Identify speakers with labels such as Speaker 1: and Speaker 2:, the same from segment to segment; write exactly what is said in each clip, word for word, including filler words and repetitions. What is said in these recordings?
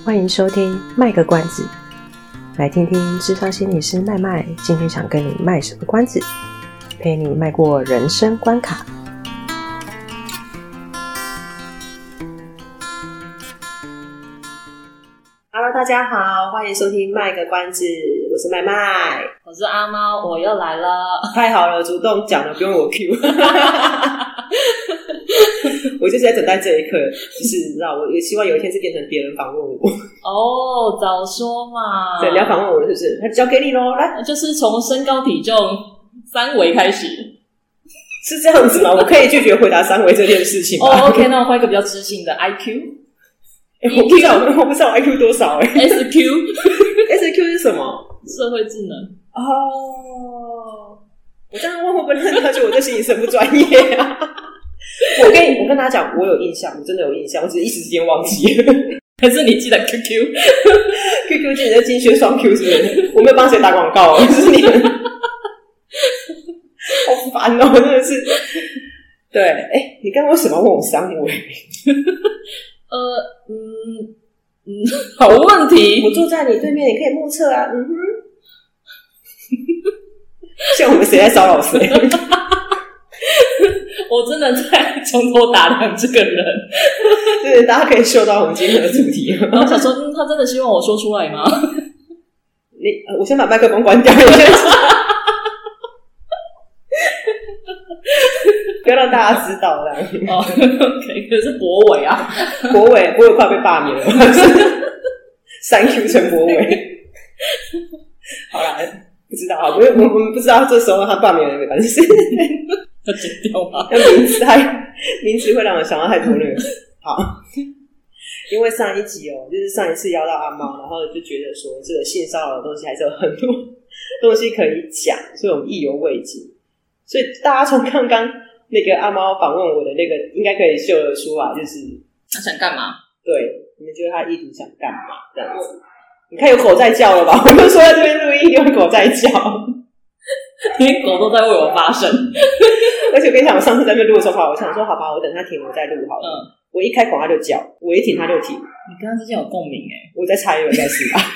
Speaker 1: 欢迎收听卖个关子，来听听智商心理师麦麦今天想跟你卖什么关子，陪你迈过人生关卡。Hello， 大家好，欢迎收听卖个关子，我是麦麦，
Speaker 2: 我是阿猫，我又来了。
Speaker 1: 太好了，主动讲了，不用我 Q。我就是在等待这一刻，就是你知道，我也希望有一天是变成别人访问我。
Speaker 2: 哦，早说嘛！
Speaker 1: 对，你要访问我是不是？那交给你咯，来，
Speaker 2: 就是从身高体重三围开始，
Speaker 1: 是这样子吗？我可以拒绝回答三围这件事情吗？
Speaker 2: 哦 ，OK， 那我换一个比较知性的 I Q。
Speaker 1: 欸、我不知道，我不知道我 I Q 多少哎、欸。
Speaker 2: S Q，S
Speaker 1: Q 是什么？
Speaker 2: 社会智能。
Speaker 1: 哦，我这样问会不会让他觉得我对心理师很不专业啊？我跟你，我跟他讲，我有印象，我真的有印象，我只是一时之间忘记了。
Speaker 2: 可是你记得 Q Q，Q
Speaker 1: Q 记得金靴双 Q 是不是？我没有帮谁打广告哦，就是你们，好烦哦，真的是。对，哎、欸，你刚刚为什么问我三围？
Speaker 2: 呃，嗯嗯，好问题。
Speaker 1: 我坐在你对面，你可以目测啊。嗯哼，像我们谁在骚扰谁？
Speaker 2: 我真的在从头打量这个人，
Speaker 1: 对，大家可以嗅到我们今天的主题。
Speaker 2: 然后想说，嗯，他真的希望我说出来吗？
Speaker 1: 你，我先把麦克风关掉，你先不要让大家知道这样。
Speaker 2: 哦 ，OK， 可是博伟啊，
Speaker 1: 博伟，博伟快被罢免了，三 Q 陈博伟。好啦，不知道，我们我们不知道这时候他罢免了没关系。
Speaker 2: 要剪掉吗？
Speaker 1: 那名词太名词会让我想到太多了。好，因为上一集哦，就是上一次邀到阿猫，然后就觉得说这个性骚扰的东西还是有很多东西可以讲，所以我们意犹未尽。所以大家从刚刚那个阿猫访问我的那个，应该可以嗅得出来，就是
Speaker 2: 他想干嘛？
Speaker 1: 对，你们觉得他意图想干嘛？这样子，你看有狗在叫了吧？我就说在这边录音，有狗在叫。
Speaker 2: 因为狗都在为我发声，
Speaker 1: 而且我跟你讲，我上次在那边录的时候，我想说，好吧，我等他停，我再录好了。嗯，我一开口他就叫，我一停他就停。
Speaker 2: 你跟他之间有共鸣哎，
Speaker 1: 我在猜了，在是吧？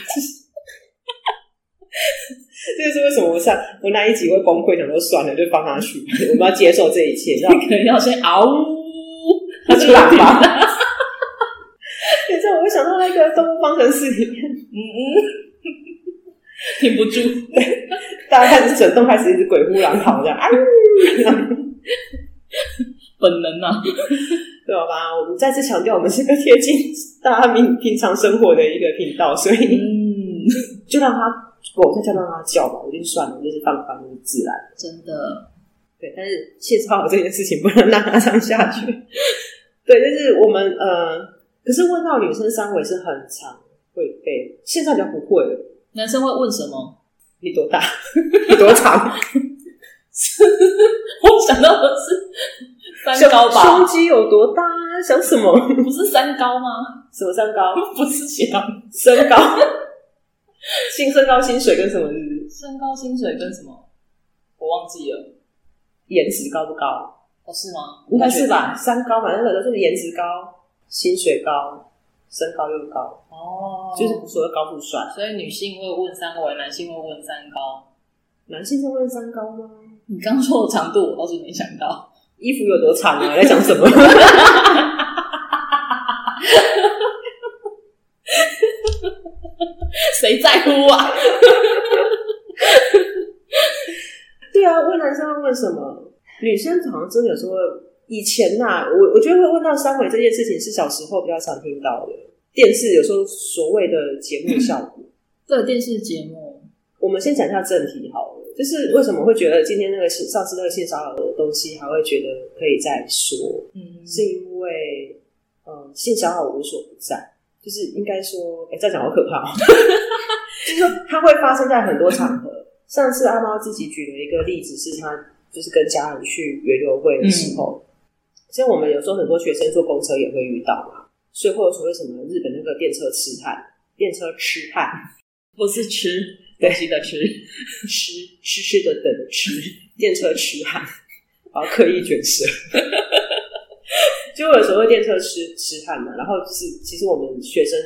Speaker 1: 这就是为什么我上我那一集会崩溃，想说算了，就放他去，我们要接受这一切。
Speaker 2: 你可能要先嗷呜，
Speaker 1: 他是喇叭。你知道，我会想到那个《动物方程式》里面，
Speaker 2: 嗯嗯。停不住，
Speaker 1: 大家开始整栋，开始一直鬼呼狼嚎这样，啊，
Speaker 2: 本能啊，
Speaker 1: 对吧？我们再次强调，我们是个贴近大家平平常生活的一个频道，所以嗯，就让他狗在叫，让他叫吧，我就算了，就是放放自然，
Speaker 2: 真的，
Speaker 1: 对。但是性骚扰这件事情不能让它这样下去，对，就是我们呃，可是问到女生三围是很常会被，现在比较不会了。
Speaker 2: 男生会问什么？
Speaker 1: 你多大？你多长？
Speaker 2: 我想到的是三高吧。
Speaker 1: 胸肌有多大？想什么？
Speaker 2: 不是三高吗？
Speaker 1: 什么三高？
Speaker 2: 不是想
Speaker 1: 身高。薪身高薪水跟什么日？
Speaker 2: 身高薪水跟什么？我忘记了。
Speaker 1: 颜值高不高？
Speaker 2: 哦，是吗？
Speaker 1: 应该是吧。三高嘛，那个就是颜值高、薪水高、身高又高。哦，就是所谓高富帅，
Speaker 2: 所以女性会问三围，男性会问三高。
Speaker 1: 男性是问三高吗？
Speaker 2: 你刚刚说的长度，我倒是没想到。
Speaker 1: 衣服有多长啊？在讲什么？
Speaker 2: 谁在乎啊？
Speaker 1: 对啊，问男生会问什么？女生好像真的有时候以前呐、啊，我我觉得会问到三围这件事情是小时候比较常听到的。电视有时候所谓的节目效果，
Speaker 2: 对电视节目，
Speaker 1: 我们先讲一下正题好了。就是为什么会觉得今天那个上次那个性骚扰的东西还会觉得可以再说？嗯，是因为呃性骚扰无所不在，就是应该说，哎，这样讲好可怕哦。就是说它会发生在很多场合。上次阿猫自己举了一个例子，是他就是跟家人去园游会的时候，像、嗯、我们有时候很多学生坐公车也会遇到嘛。所以会有所谓什么日本那个电车痴汉，电车痴汉
Speaker 2: 不是吃东西的吃，
Speaker 1: 吃吃吃的等吃，电车痴汉，然后刻意卷舌，就有所谓电车痴痴汉嘛。然后是其实我们学生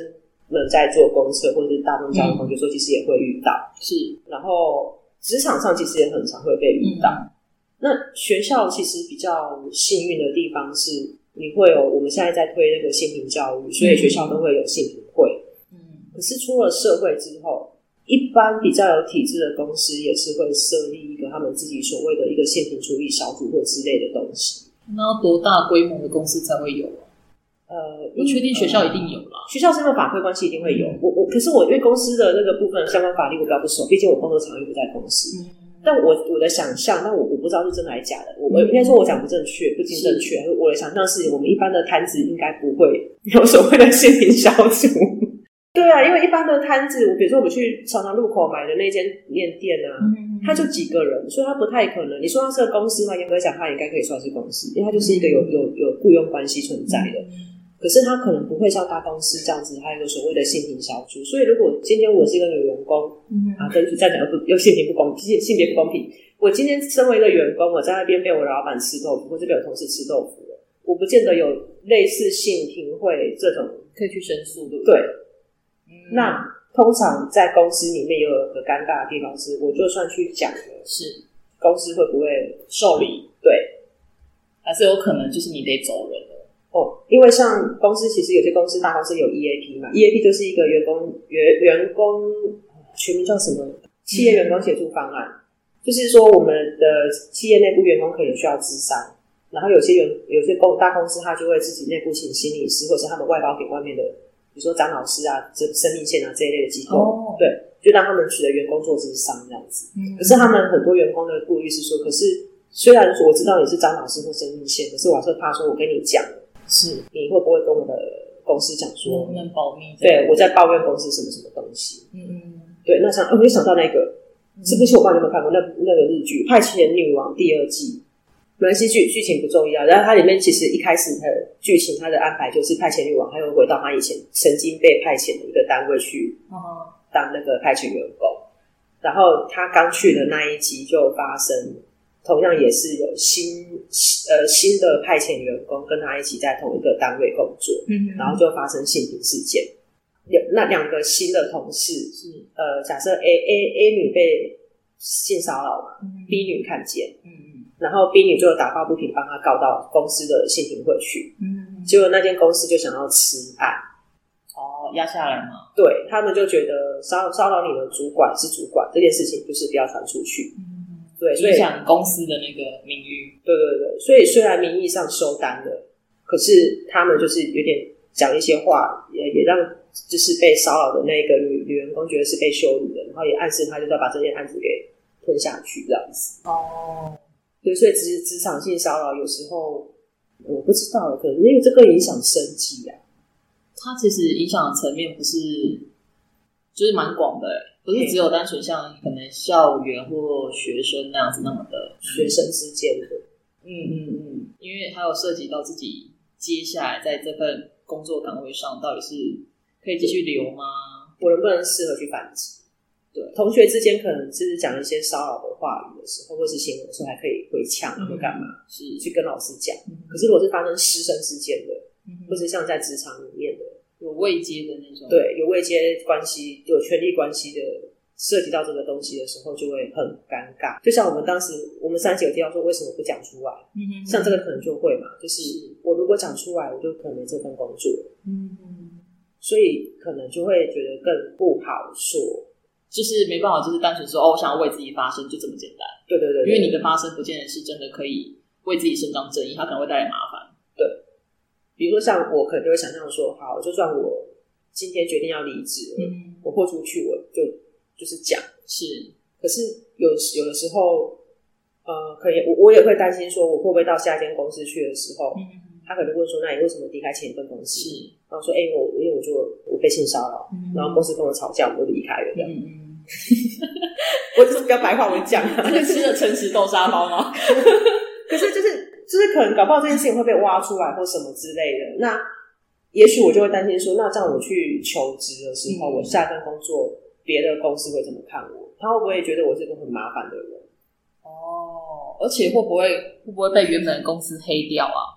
Speaker 1: 们在做公车或者是大众交通工具的时候，其实也会遇到。
Speaker 2: 是，
Speaker 1: 然后职场上其实也很常会被遇到。嗯、那学校其实比较幸运的地方是，你会有我们现在在推那个性平教育，所以学校都会有性平会。嗯，可是出了社会之后，一般比较有体制的公司也是会设立一个他们自己所谓的一个性平处理小组或之类的东西。
Speaker 2: 那要多大规模的公司才会有啊？呃，我确定学校一定有啦。
Speaker 1: 呃、学校是因为法规关系一定会有。我我可是我因为公司的那个部分相关法律我比较不熟，毕竟我工作场域不在公司。嗯，但我我的想象，但我我不知道是真的还是假的。我应该说我讲不正确，不尽正确。我的想象是我们一般的摊子应该不会有所谓的性平小组。对啊，因为一般的摊子，比如说我们去常常路口买的那间面店啊，嗯、它就几个人，所以它不太可能。你说它是个公司嘛，严格讲它应该可以算是公司，因为它就是一个有有有雇佣关系存在的。嗯、可是它可能不会像大公司这样子，它有一个所谓的性平小组。所以如果今天我是一个女员工，嗯、啊，跟这样讲又又性平不公平，性别不公平。我今天身为一个员工，我在那边被我的老板吃豆腐，或者被我同事吃豆腐了，我不见得有类似性平会这种
Speaker 2: 可以去申诉，对不
Speaker 1: 对？对。那通常在公司里面有个尴尬的地方是，我就算去讲了，
Speaker 2: 是
Speaker 1: 公司会不会
Speaker 2: 受理？
Speaker 1: 对，
Speaker 2: 还是有可能就是你得走人了
Speaker 1: 哦。因为像公司其实有些公司大公司有 E A P 嘛 ，E A P 就是一个员工员员工全名叫什么？企业员工协助方案，嗯、就是说我们的企业内部员工可能需要咨商，然后有些员有些公大公司他就会自己内部请心理师，或者是他们外包给外面的。比如说张老师啊、生命线啊这一类的机构，哦、对，就让他们取得员工做咨商这样子。嗯、可是他们很多员工的顾虑是说，可是虽然我知道你是张老师或生命线，可是我还是怕说我跟你讲，
Speaker 2: 是
Speaker 1: 你会不会跟我的公司讲说，
Speaker 2: 能不能保密？
Speaker 1: 对，我在抱怨公司什么什么东西。嗯嗯，对，那像、哦、我就想到那个，是不是我不知道你有没有看过那那个日剧《派遣女王》第二季？没关系，剧剧情不重要。然后它里面其实一开始的剧情，它的安排就是派遣女王，还有回到她以前曾经被派遣的一个单位去当那个派遣员工。然后她刚去的那一集就发生，同样也是有新呃新的派遣员工跟她一起在同一个单位工作，嗯、然后就发生性平事件。那两个新的同事，呃，假设 A A A 女被性骚扰嘛，嗯、B 女看见，嗯。然后 B 女就打抱不平，帮他告到公司的性平会去。嗯，结果那间公司就想要吃案，
Speaker 2: 哦，压下来嘛。
Speaker 1: 对，他们就觉得骚骚扰你的主管是主管这件事情，就是不要传出去。嗯，对，所以
Speaker 2: 影响公司的那个名誉。
Speaker 1: 对对对，所以虽然名义上收单了，可是他们就是有点讲一些话，也也让就是被骚扰的那个女女员工觉得是被羞辱的，然后也暗示他就是要把这件案子给吞下去这样子。哦。对，所以职职场性骚扰有时候我不知道，可能因为这个影响生计啊。
Speaker 2: 它其实影响的层面不是，就是蛮广的，不是只有单纯像可能校园或学生那样子那么的
Speaker 1: 学生之间的。
Speaker 2: 嗯嗯嗯，因为还有涉及到自己接下来在这份工作岗位上到底是可以继续留吗？
Speaker 1: 我能不能适合去反击？对，同学之间可能就是讲一些骚扰的话语的时候，或是行为的时候，还可以回呛，或干嘛，是去跟老师讲。嗯、可是如果是发生师生之间的，嗯、或是像在职场里面的，
Speaker 2: 有位阶的那种，
Speaker 1: 对，有位阶关系、有权力关系的，涉及到这个东西的时候，就会很尴尬。就像我们当时，我们上一集有提到说，为什么不讲出来？嗯、像这个可能就会嘛，就是我如果讲出来，我就可能没这份工作。嗯，所以可能就会觉得更不好说。
Speaker 2: 就是没办法，就是单纯说哦，我想要为自己发声，就这么简单。
Speaker 1: 对对 对, 对，
Speaker 2: 因为你的发声不见得是真的可以为自己伸张正义，它可能会带来麻烦。
Speaker 1: 对，比如说像我可能就会想象说，好，就算我今天决定要离职，嗯，我豁出去，我就就是讲
Speaker 2: 是。
Speaker 1: 可是有有的时候，呃，可以我我也会担心说，我会不会到下一间公司去的时候，嗯。他可能问说：“那你为什么离开前一份公司？”然后说：“哎、欸，我因为我就我被性骚扰，嗯、然后公司跟我吵架，我就离开了。”这样，嗯、我就是比较白话文讲，
Speaker 2: 这是吃了诚实豆沙包吗？
Speaker 1: 可是就是就是可能搞不好这件事情会被挖出来或什么之类的。那也许我就会担心说，那这样我去求职的时候，嗯、我下一份工作别的公司会怎么看我？他会不会觉得我是个很麻烦的人？
Speaker 2: 哦，而且会不会会不会被原本的公司黑掉啊？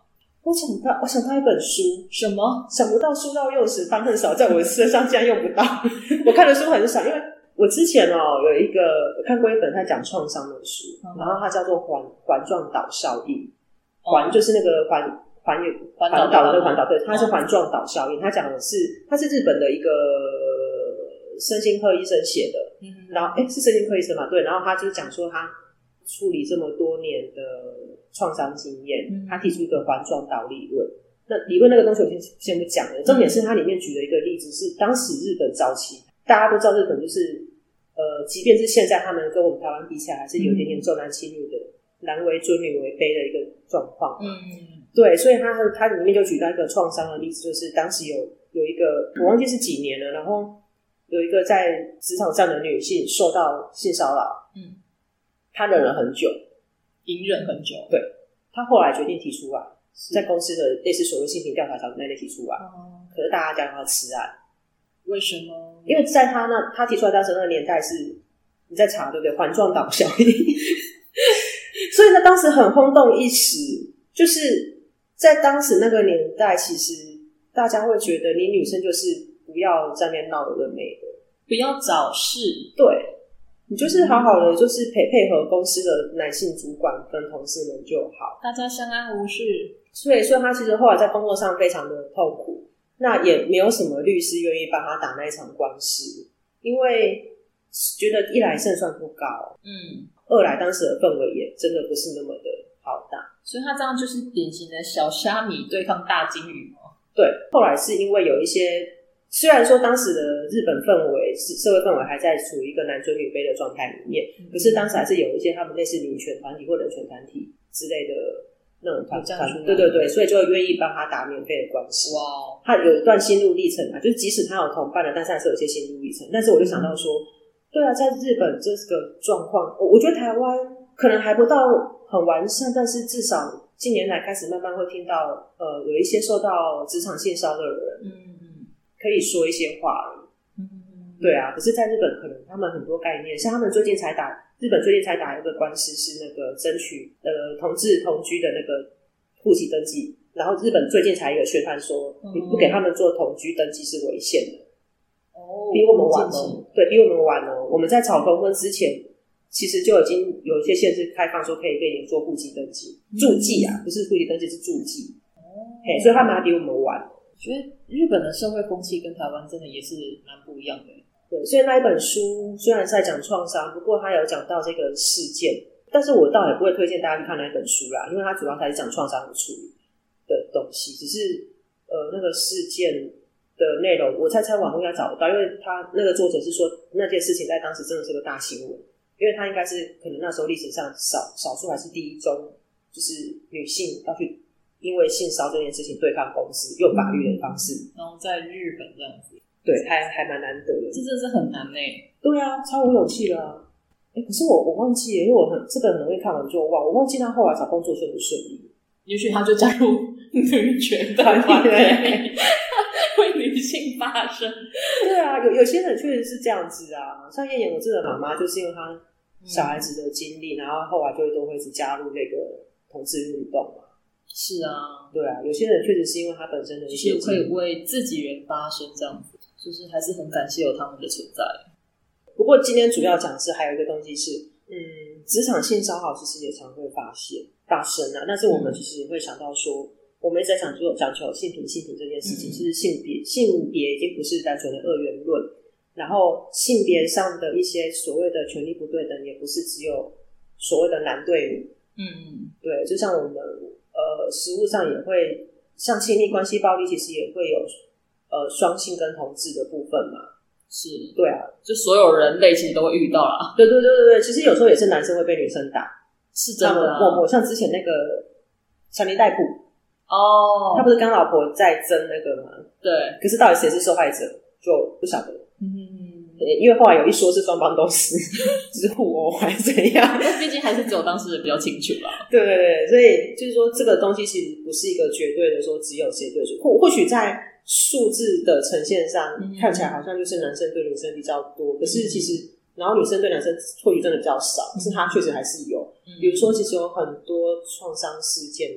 Speaker 1: 我想到，我想到一本书，
Speaker 2: 什么？
Speaker 1: 想不到书到用时方恨少，在我身上竟然用不到。我看的书很少，因为我之前哦有一个看过一本在讲创伤的书，嗯、然后它叫做环环状岛效应。环、哦、就是那个环环环岛的那个环岛，对，它是环状岛效应。它讲的是，它是日本的一个身心科医生写的，嗯、然后哎是身心科医生嘛？对，然后他就讲说他处理这么多年的创伤经验，嗯、他提出一个环状岛理论。那理论那个东西我先先不讲了，重点是它里面举了一个例子，是当时日本早期，大家都知道日本就是呃，即便是现在他们跟我们台湾比起来，还是有一点点重男轻女的，男为尊女为卑的一个状况。嗯，对，所以他他里面就举到一个创伤的例子，就是当时有有一个我忘记是几年了，然后有一个在职场上的女性受到性骚扰，嗯，她忍了很久，
Speaker 2: 隐忍很久，
Speaker 1: 对，她后来决定提出来。在公司的类似所谓性平调查小组那类提出来，哦、可是大家叫他吃案，
Speaker 2: 为什么？
Speaker 1: 因为在他那他提出来当时那个年代是你在查对不对？环状岛效应，所以呢当时很轰动一时，就是在当时那个年代，其实大家会觉得你女生就是不要在那边闹有的没的，
Speaker 2: 不要找事，
Speaker 1: 对。你就是好好的，就是配配合公司的男性主管跟同事们就好，
Speaker 2: 大家相安无事。
Speaker 1: 所以，所以他其实后来在工作上非常的痛苦，那也没有什么律师愿意帮他打那一场官司，因为觉得一来胜算不高，嗯，二来当时的氛围也真的不是那么的好打，
Speaker 2: 所以他这样就是典型的小虾米对抗大金鱼吗？
Speaker 1: 对，后来是因为有一些。虽然说当时的日本氛围社会氛围还在处于一个男尊女卑的状态里面，嗯、可是当时还是有一些他们类似女权团体或人权团体之类的那种团团，对对对，所以就愿意帮他打免费的官司。哇，他有一段心路历程啊，就是即使他有同伴了，但是还是有一些心路历程。但是我就想到说，嗯、对啊，在日本这个状况，我觉得台湾可能还不到很完善，但是至少近年来开始慢慢会听到，呃，有一些受到职场性骚扰的人，嗯。可以说一些话而已，嗯，对啊。可是，在日本可能他们很多概念，像他们最近才打，日本最近才打一个官司，是那个争取呃同志同居的那个户籍登记。然后日本最近才一个宣判说，嗯、你不给他们做同居登记是违宪的。哦，比我们晚哦，对比我们晚哦。我们在草同婚之前，其实就已经有一些县市开放说可以给你做户籍登记，注记啊，不是户籍登记是注记。哦，嘿，所以他们还比我们晚。
Speaker 2: 觉得日本的社会风气跟台湾真的也是蛮不一样的。
Speaker 1: 对，所以那一本书虽然是在讲创伤，不过他有讲到这个事件，但是我倒也不会推荐大家去看那一本书啦，因为它主要才是讲创伤的处理的东西。只是呃，那个事件的内容，我猜猜网络应该找得到，因为他那个作者是说那件事情在当时真的是个大新闻，因为他应该是可能那时候历史上少少数还是第一宗，就是女性要去。因为性骚这件事情对抗公司，用法律的方式，
Speaker 2: 然后在日本这样子，
Speaker 1: 对，还还蛮难得的。
Speaker 2: 这真的是很难诶、欸。
Speaker 1: 对啊，超有勇气了啊！哎，可是我我忘记了，因为我很这本很容易看完就忘，我忘记他后来找工作顺不顺利。
Speaker 2: 也许他就加入女权团体，为女性发声。
Speaker 1: 对啊，有有些人确实是这样子啊，像燕燕我这个妈妈，就是因为她小孩子的经历，嗯、然后后来就都会是加入这个同志运动嘛。
Speaker 2: 是啊，
Speaker 1: 对啊，有些人确实是因为他本身的一些
Speaker 2: 就是可以为自己人发声，这样子，就是还是很感谢有他们的存在。
Speaker 1: 不过今天主要讲的是还有一个东西是，嗯，职场性骚扰其实也常会发现发生啊，但是我们其实也会想到说，嗯、我们一直在讲究讲求性平性平这件事情，其实、嗯、性别性别已经不是单纯的二元论，然后性别上的一些所谓的权利不对等，也不是只有所谓的男对女，嗯，对，就像我们。呃，实务上也会像亲密关系暴力，其实也会有呃双性跟同志的部分嘛。
Speaker 2: 是，
Speaker 1: 对啊，
Speaker 2: 就所有人类其实都会遇到啦。
Speaker 1: 对对对对对，其实有时候也是男生会被女生打，
Speaker 2: 是真的、啊。
Speaker 1: 默默像之前那个强尼戴普
Speaker 2: 哦，
Speaker 1: 他不是跟老婆在争那个吗？
Speaker 2: 对，
Speaker 1: 可是到底谁是受害者就不晓得。嗯。因为后来有一说是双方都是就是互殴还是怎样，
Speaker 2: 毕竟还是只有当事人比较清楚啦。
Speaker 1: 对对对，所以就是说这个东西其实不是一个绝对的说只有谁对谁，或或许在数字的呈现上、嗯、看起来好像就是男生对女生比较多，可是其实然后女生对男生或许真的比较少，可是它确实还是有、嗯、比如说其实有很多创伤事件啊，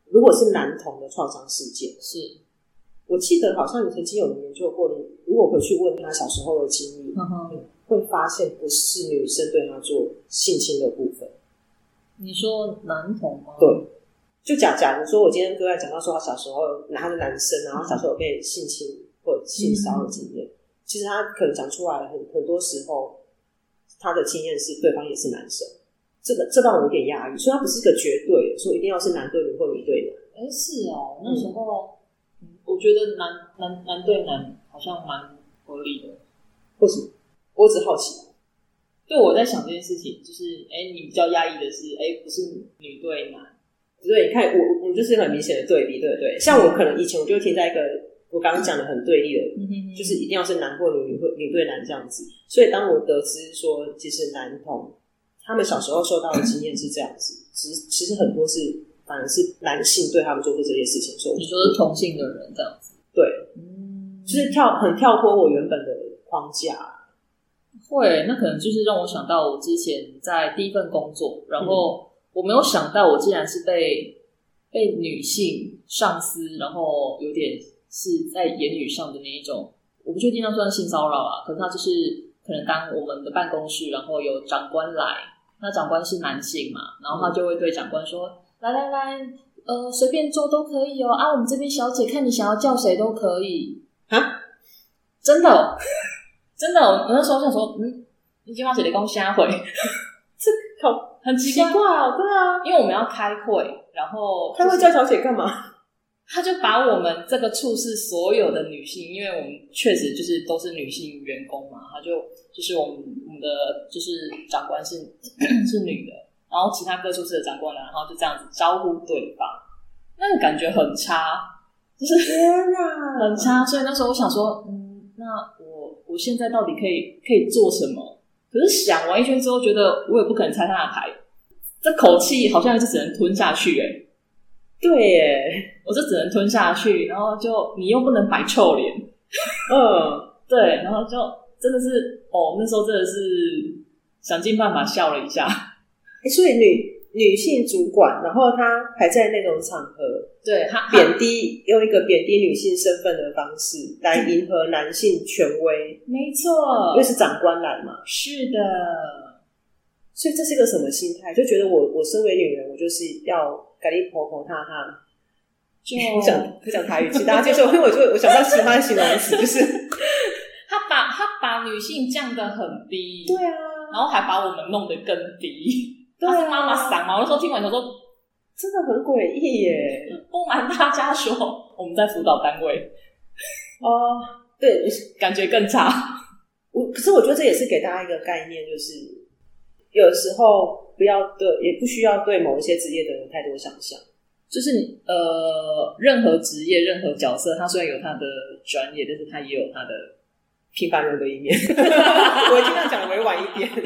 Speaker 1: 如果是男童的创伤事件，
Speaker 2: 是
Speaker 1: 我记得好像你曾经有研究过，你如果回去问他小时候的经历，
Speaker 2: 嗯、
Speaker 1: 你会发现不是女生对他做性侵的部分。
Speaker 2: 你说男童吗？
Speaker 1: 对，就假假如说我今天个案讲到说他小时候他是男生，然后小时候有被性侵或性骚的经验、嗯，其实他可能讲出来很很多时候他的经验是对方也是男生，这个这让我有点压抑，所以他不是一个绝对说一定要是男对女或女对男。
Speaker 2: 哎，是哦，那时候、嗯、我觉得男男男对男好像蛮合理的。
Speaker 1: 为什么？我只好奇。
Speaker 2: 对，我在想这件事情，就是哎，你比较压抑的是哎，不是女对男。
Speaker 1: 对，你看我我就是很明显的对比，对不对？像我可能以前我就会停在一个我刚刚讲的很对立的、嗯、就是一定要是男或女，女或女对男这样子。所以当我得知说其实男童他们小时候受到的经验是这样子，其实其实很多是反而是男性对他们做出这些事情，所以
Speaker 2: 你说是同性的人这样子。
Speaker 1: 对，嗯，就是跳很跳脱我原本的框架。
Speaker 2: 会，那可能就是让我想到我之前在第一份工作，然后我没有想到我竟然是被被女性上司，然后有点是在言语上的那一种，我不确定那算性骚扰啊，可是他就是可能当我们的办公室，然后有长官来，那长官是男性嘛，然后他就会对长官说、嗯、来来来呃，随便坐都可以哦，啊，我们这边小姐看你想要叫谁都可以
Speaker 1: 啊，
Speaker 2: 真的哦真的，我那时候想说，嗯，你今晚写的公瞎回，
Speaker 1: 这好
Speaker 2: 很奇怪
Speaker 1: 哦，对啊，
Speaker 2: 因为我们要开会，然后、就是、
Speaker 1: 开会叫小姐干嘛？
Speaker 2: 他就把我们这个处室所有的女性，因为我们确实就是都是女性员工嘛，他就就是我们我们的就是长官是是女的，然后其他各处室的长官呢，然后就这样子招呼对方，那个感觉很差，就是
Speaker 1: 天哪，
Speaker 2: 很差，所以那时候我想说，嗯，那我我现在到底可以可以做什么？可是想完一圈之后，觉得我也不可能拆他的台，这口气好像就只能吞下去、欸，
Speaker 1: 对耶，
Speaker 2: 我就只能吞下去，然后就你又不能摆臭脸，
Speaker 1: 嗯，
Speaker 2: 对，然后就真的是哦，那时候真的是想尽办法笑了一下。
Speaker 1: 欸、所以女女性主管，然后她还在那种场合，
Speaker 2: 对，她
Speaker 1: 贬低，用一个贬低女性身份的方式来迎合男性权威，
Speaker 2: 没错，
Speaker 1: 因为是长官来嘛，
Speaker 2: 是的。
Speaker 1: 所以这是个什么心态？就觉得我我身为女人，我就是要给你婆婆她她。
Speaker 2: 就
Speaker 1: 我讲不讲台语，请大家接受，因为我就我想到其他的形容词，就是
Speaker 2: 他把他把女性降得很低，
Speaker 1: 对啊，
Speaker 2: 然后还把我们弄得更低。
Speaker 1: 对啊，
Speaker 2: 他是妈妈嗓嘛，我那时候听完想说，
Speaker 1: 真的很诡异耶。
Speaker 2: 不瞒大家说，我们在辅导单位
Speaker 1: 哦，对，
Speaker 2: 感觉更差。
Speaker 1: 我可是我觉得这也是给大家一个概念，就是有时候不要对，也不需要对某一些职业的人太多想象。
Speaker 2: 就是呃，任何职业、任何角色，他虽然有他的专业，但是他也有他的
Speaker 1: 平凡人的一面。我尽量讲委婉一点。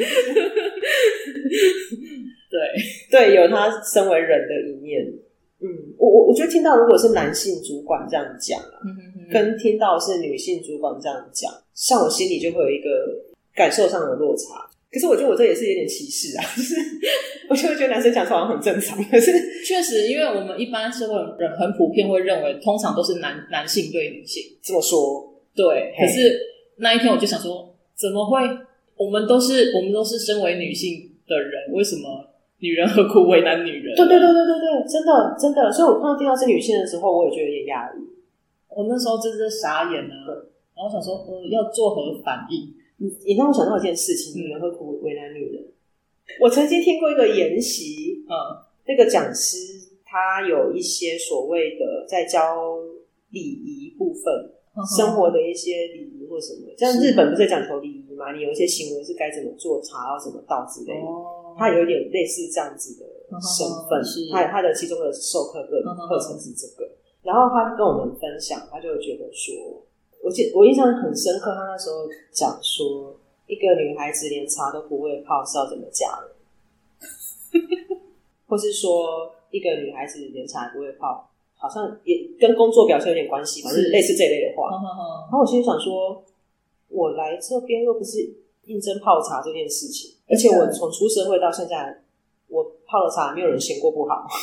Speaker 2: 对
Speaker 1: 对，有他身为人的一面。嗯，我我我觉得听到如果是男性主管这样讲啊，嗯、哼哼跟听到是女性主管这样讲，像我心里就会有一个感受上的落差。可是我觉得我这也是有点歧视啊，就是我就会觉得男生讲出好像很正常，可是
Speaker 2: 确实，因为我们一般社会人很普遍会认为，通常都是男男性对女性
Speaker 1: 这么说，
Speaker 2: 对。可是那一天我就想说，怎么会？我们都是我们都是身为女性的人，为什么女人何苦为难女人？
Speaker 1: 对对对对对对，真的真的。所以我看到听到是女性的时候，我也觉得有点压抑。
Speaker 2: 我那时候真是傻眼啊！然后想说，呃，要作何反应？
Speaker 1: 你你让我想到一件事情，女人何苦为难女人？我曾经听过一个研习，
Speaker 2: 嗯，
Speaker 1: 那个讲师他有一些所谓的在教礼仪部分，嗯、生活的一些礼仪或什么，像日本不是讲求礼仪嘛？你有一些行为是该怎么做，查到什么道之类的，哦、他有一点类似这样子的身份，嗯、他他的其中的授课的课程是这个，嗯、然后他跟我们分享，他就觉得说。我记我印象很深刻，他那时候讲说，一个女孩子连茶都不会泡是要怎么嫁人，或是说一个女孩子连茶不会泡，好像也跟工作表现有点关系，反正类似这一类的话。然后我心里想说，我来这边又不是应征泡茶这件事情，而且我从出社会到现在，我泡了茶没有人嫌过不好。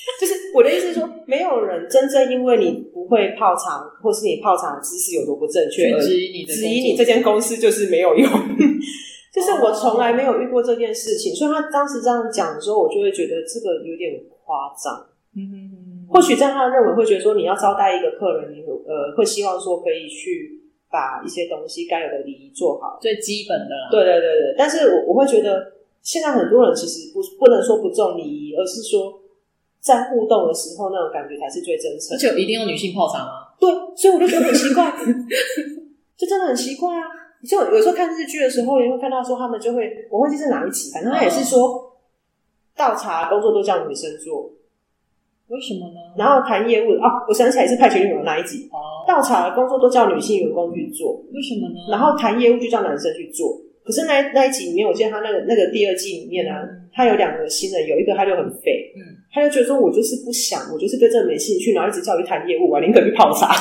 Speaker 1: 就是我的意思是说，没有人真正因为你不会泡茶，或是你泡茶的知识有多不正确，
Speaker 2: 而质疑你的
Speaker 1: 质疑你这间公司就是没有用。就是我从来没有遇过这件事情，所以他当时这样讲的时候，我就会觉得这个有点夸张。嗯哼哼，或许在他认为会觉得说，你要招待一个客人，你呃会希望说可以去把一些东西该有的礼仪做好，
Speaker 2: 最基本的啦。
Speaker 1: 对对对对，但是我我会觉得现在很多人其实不不能说不重礼仪，而是说在互动的时候那种感觉才是最真诚。
Speaker 2: 而且有一定要女性泡茶吗？
Speaker 1: 对，所以我就觉得很奇怪，就真的很奇怪啊！就有时候看日剧的时候，也会看到说他们就会，我忘记是哪一集，反正他也是说倒茶工作都叫女生做。
Speaker 2: 为什么呢？
Speaker 1: 然后谈业务啊，我想起来是派遣女友那一集，哦，倒茶的工作都叫女性员工去做，
Speaker 2: 为什么呢？
Speaker 1: 然后谈业务就叫男生去做。可是那那一集里面，我记得他那个那个第二季里面呢、啊，嗯、他有两个新人，有一个他就很废，嗯，他就觉得说我就是不想，我就是对这个没兴趣，然后一直叫我去谈业务啊，宁可去泡茶。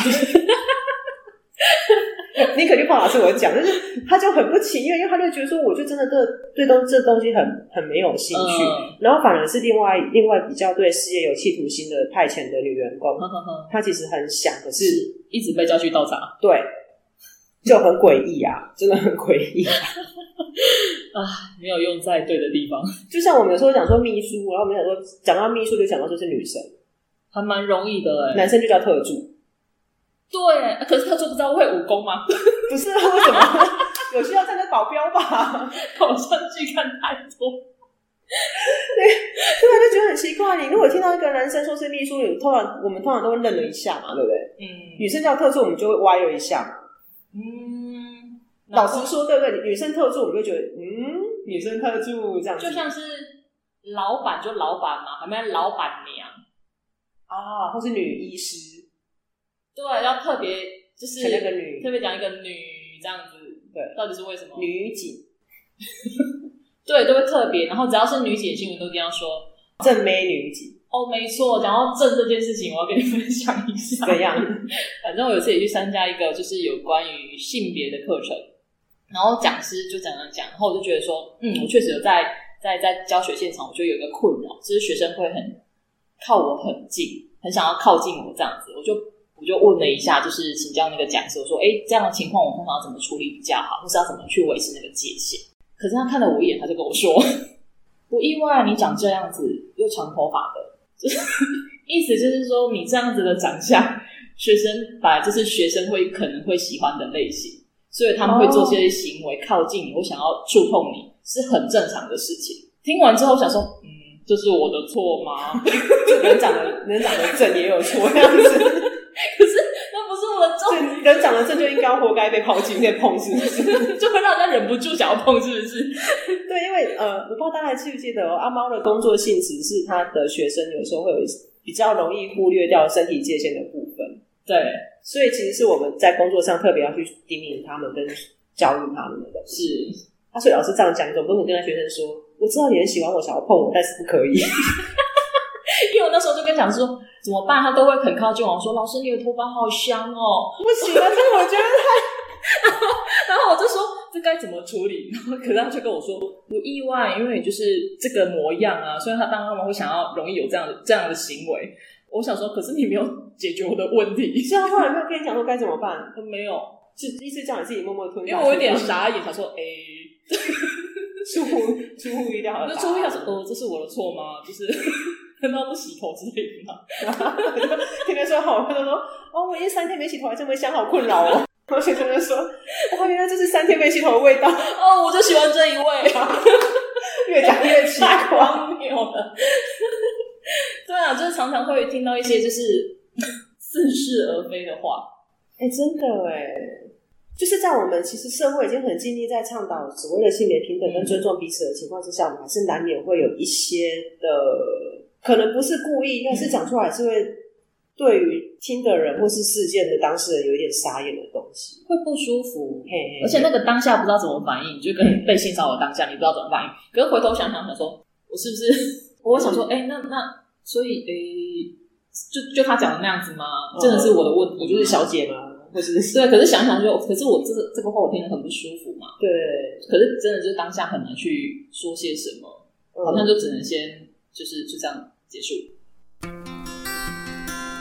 Speaker 1: 宁可去泡茶是我讲，就是他就很不情愿，因为他就觉得说，我就真的对对东这东西很很没有兴趣，嗯、然后反而是另外另外比较对事业有企图心的派遣的女员工，嗯嗯、她其实很想，可是
Speaker 2: 一直被叫去倒茶，
Speaker 1: 对，就很诡异啊，真的很诡异啊！
Speaker 2: 啊，没有用在对的地方。
Speaker 1: 就像我们有时候讲说秘书，然后我们有时候讲到秘书就讲到就是女生，
Speaker 2: 还蛮容易的哎、欸，
Speaker 1: 男生就叫特助。
Speaker 2: 对，可是特助不知道会武功吗？
Speaker 1: 不是，为什么？有需要站在保镖吧？
Speaker 2: 好像剧看太多。
Speaker 1: 对，对，就觉得很奇怪。你如果听到一个男生说是秘书，你通常我们通常都会愣了一下嘛，对不对？嗯。女生叫特助，我们就会歪了一下嘛。嗯。老实说，对不对？女生特助，我们就觉得，嗯，女生特助这样子，
Speaker 2: 就像是老板就老板嘛，还没老板娘
Speaker 1: 啊，或是女医师。
Speaker 2: 对，要特别就是
Speaker 1: 那个女，
Speaker 2: 特别讲一个女这样子，
Speaker 1: 对，
Speaker 2: 到底是为什么？
Speaker 1: 女警，
Speaker 2: 对，都会特别，然后只要是女警新闻都一定要说
Speaker 1: 正妹女警。
Speaker 2: 哦，没错，讲到正这件事情，我要跟你分享一下。
Speaker 1: 怎样？
Speaker 2: 反正我有一次也去参加一个就是有关于性别的课程，然后讲师就讲讲讲，然后我就觉得说，嗯，我确实有在在在教学现场，我觉得有一个困扰，就是学生会很靠我很近，很想要靠近我这样子，我就。我就问了一下，就是请教那个讲师，我说：“哎，这样的情况我通常要怎么处理比较好，或是要怎么去维持那个界限？”可是他看了我一眼，他就跟我说：“不意外，你长这样子又长头发的，就是意思就是说你这样子的长相，学生本来就是学生会可能会喜欢的类型，所以他们会做些行为靠近你，或想要触碰你，是很正常的事情。”听完之后想说：“嗯，这是我的错吗？
Speaker 1: 人长得人长得正也有错这样子。”
Speaker 2: 可是那不是我的重点，
Speaker 1: 人长得正就应该活该被抛弃、被碰，是不是？
Speaker 2: 就会让人家忍不住想要碰，是不是？
Speaker 1: 对，因为呃，我不知道大家还记不记得哦，阿猫的工作性质是他的学生有时候会有比较容易忽略掉身体界限的部分。
Speaker 2: 对，
Speaker 1: 所以其实是我们在工作上特别要去叮咛他们跟教育他们的。
Speaker 2: 是，
Speaker 1: 啊，所以老师这样讲，总不能跟他学生说，我知道你很喜欢我，想要碰我，但是不可以。
Speaker 2: 因为我那时候就跟讲说怎么办，他都会很靠近我说老师你的头发好香哦，
Speaker 1: 不行啊，这个我觉得太
Speaker 2: 然后然后我就说这该怎么处理，然后可是他就跟我说不意外，因为你就是这个模样啊，所以他当他们会想要容易有这样的这样的行为。我想说可是你没有解决我的问题，
Speaker 1: 是啊，后来没有跟你讲说该怎么办？
Speaker 2: 没有，
Speaker 1: 是意思叫你自己默默吞下去，
Speaker 2: 因为我有点傻眼，他说哎
Speaker 1: 出乎出乎意料的，
Speaker 2: 出乎意料说哦这是我的错吗？就是难道不洗头之类的吗？
Speaker 1: 天天说好，他就说哦，我已经三天没洗头，还这么香，好困扰哦。然后学生就说，哇，原来这是三天没洗头的味道
Speaker 2: 哦，我就喜欢这一味，
Speaker 1: 越讲越奇怪，
Speaker 2: 荒谬了。对啊，就是常常会听到一些就是似是而非的话。
Speaker 1: 哎、欸，真的哎，就是在我们其实社会已经很尽力在倡导所谓的性别平等跟尊重彼此的情况之下，我们还是难免会有一些的，可能不是故意，但是讲出来是会对于听的人或是事件的当事人有一点傻眼的东西，
Speaker 2: 会不舒服。
Speaker 1: 嘿嘿嘿，
Speaker 2: 而且那个当下不知道怎么反应，就跟被性骚扰当下你不知道怎么反应，可是回头想想想说，我是不是我想说，哎、欸，那那所以，哎、欸，就就他讲的那样子吗？真的是我的问题？
Speaker 1: 我就是小姐吗？或是
Speaker 2: 对，可是想想就，可是我这个这个话我听得很不舒服嘛。
Speaker 1: 对，
Speaker 2: 可是真的就是当下很难去说些什么，嗯、好像就只能先就是就这样结束。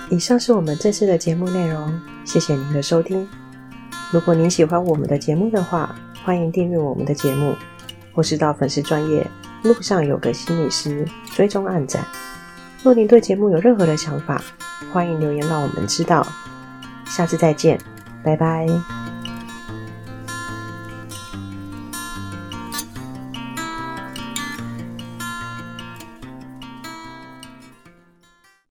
Speaker 1: 以上是我们这次的节目内容，谢谢您的收听。如果您喜欢我们的节目的话，欢迎订阅我们的节目，或是到粉丝专页路上有个心理师追踪按赞。若您对节目有任何的想法，欢迎留言让我们知道。下次再见，拜拜。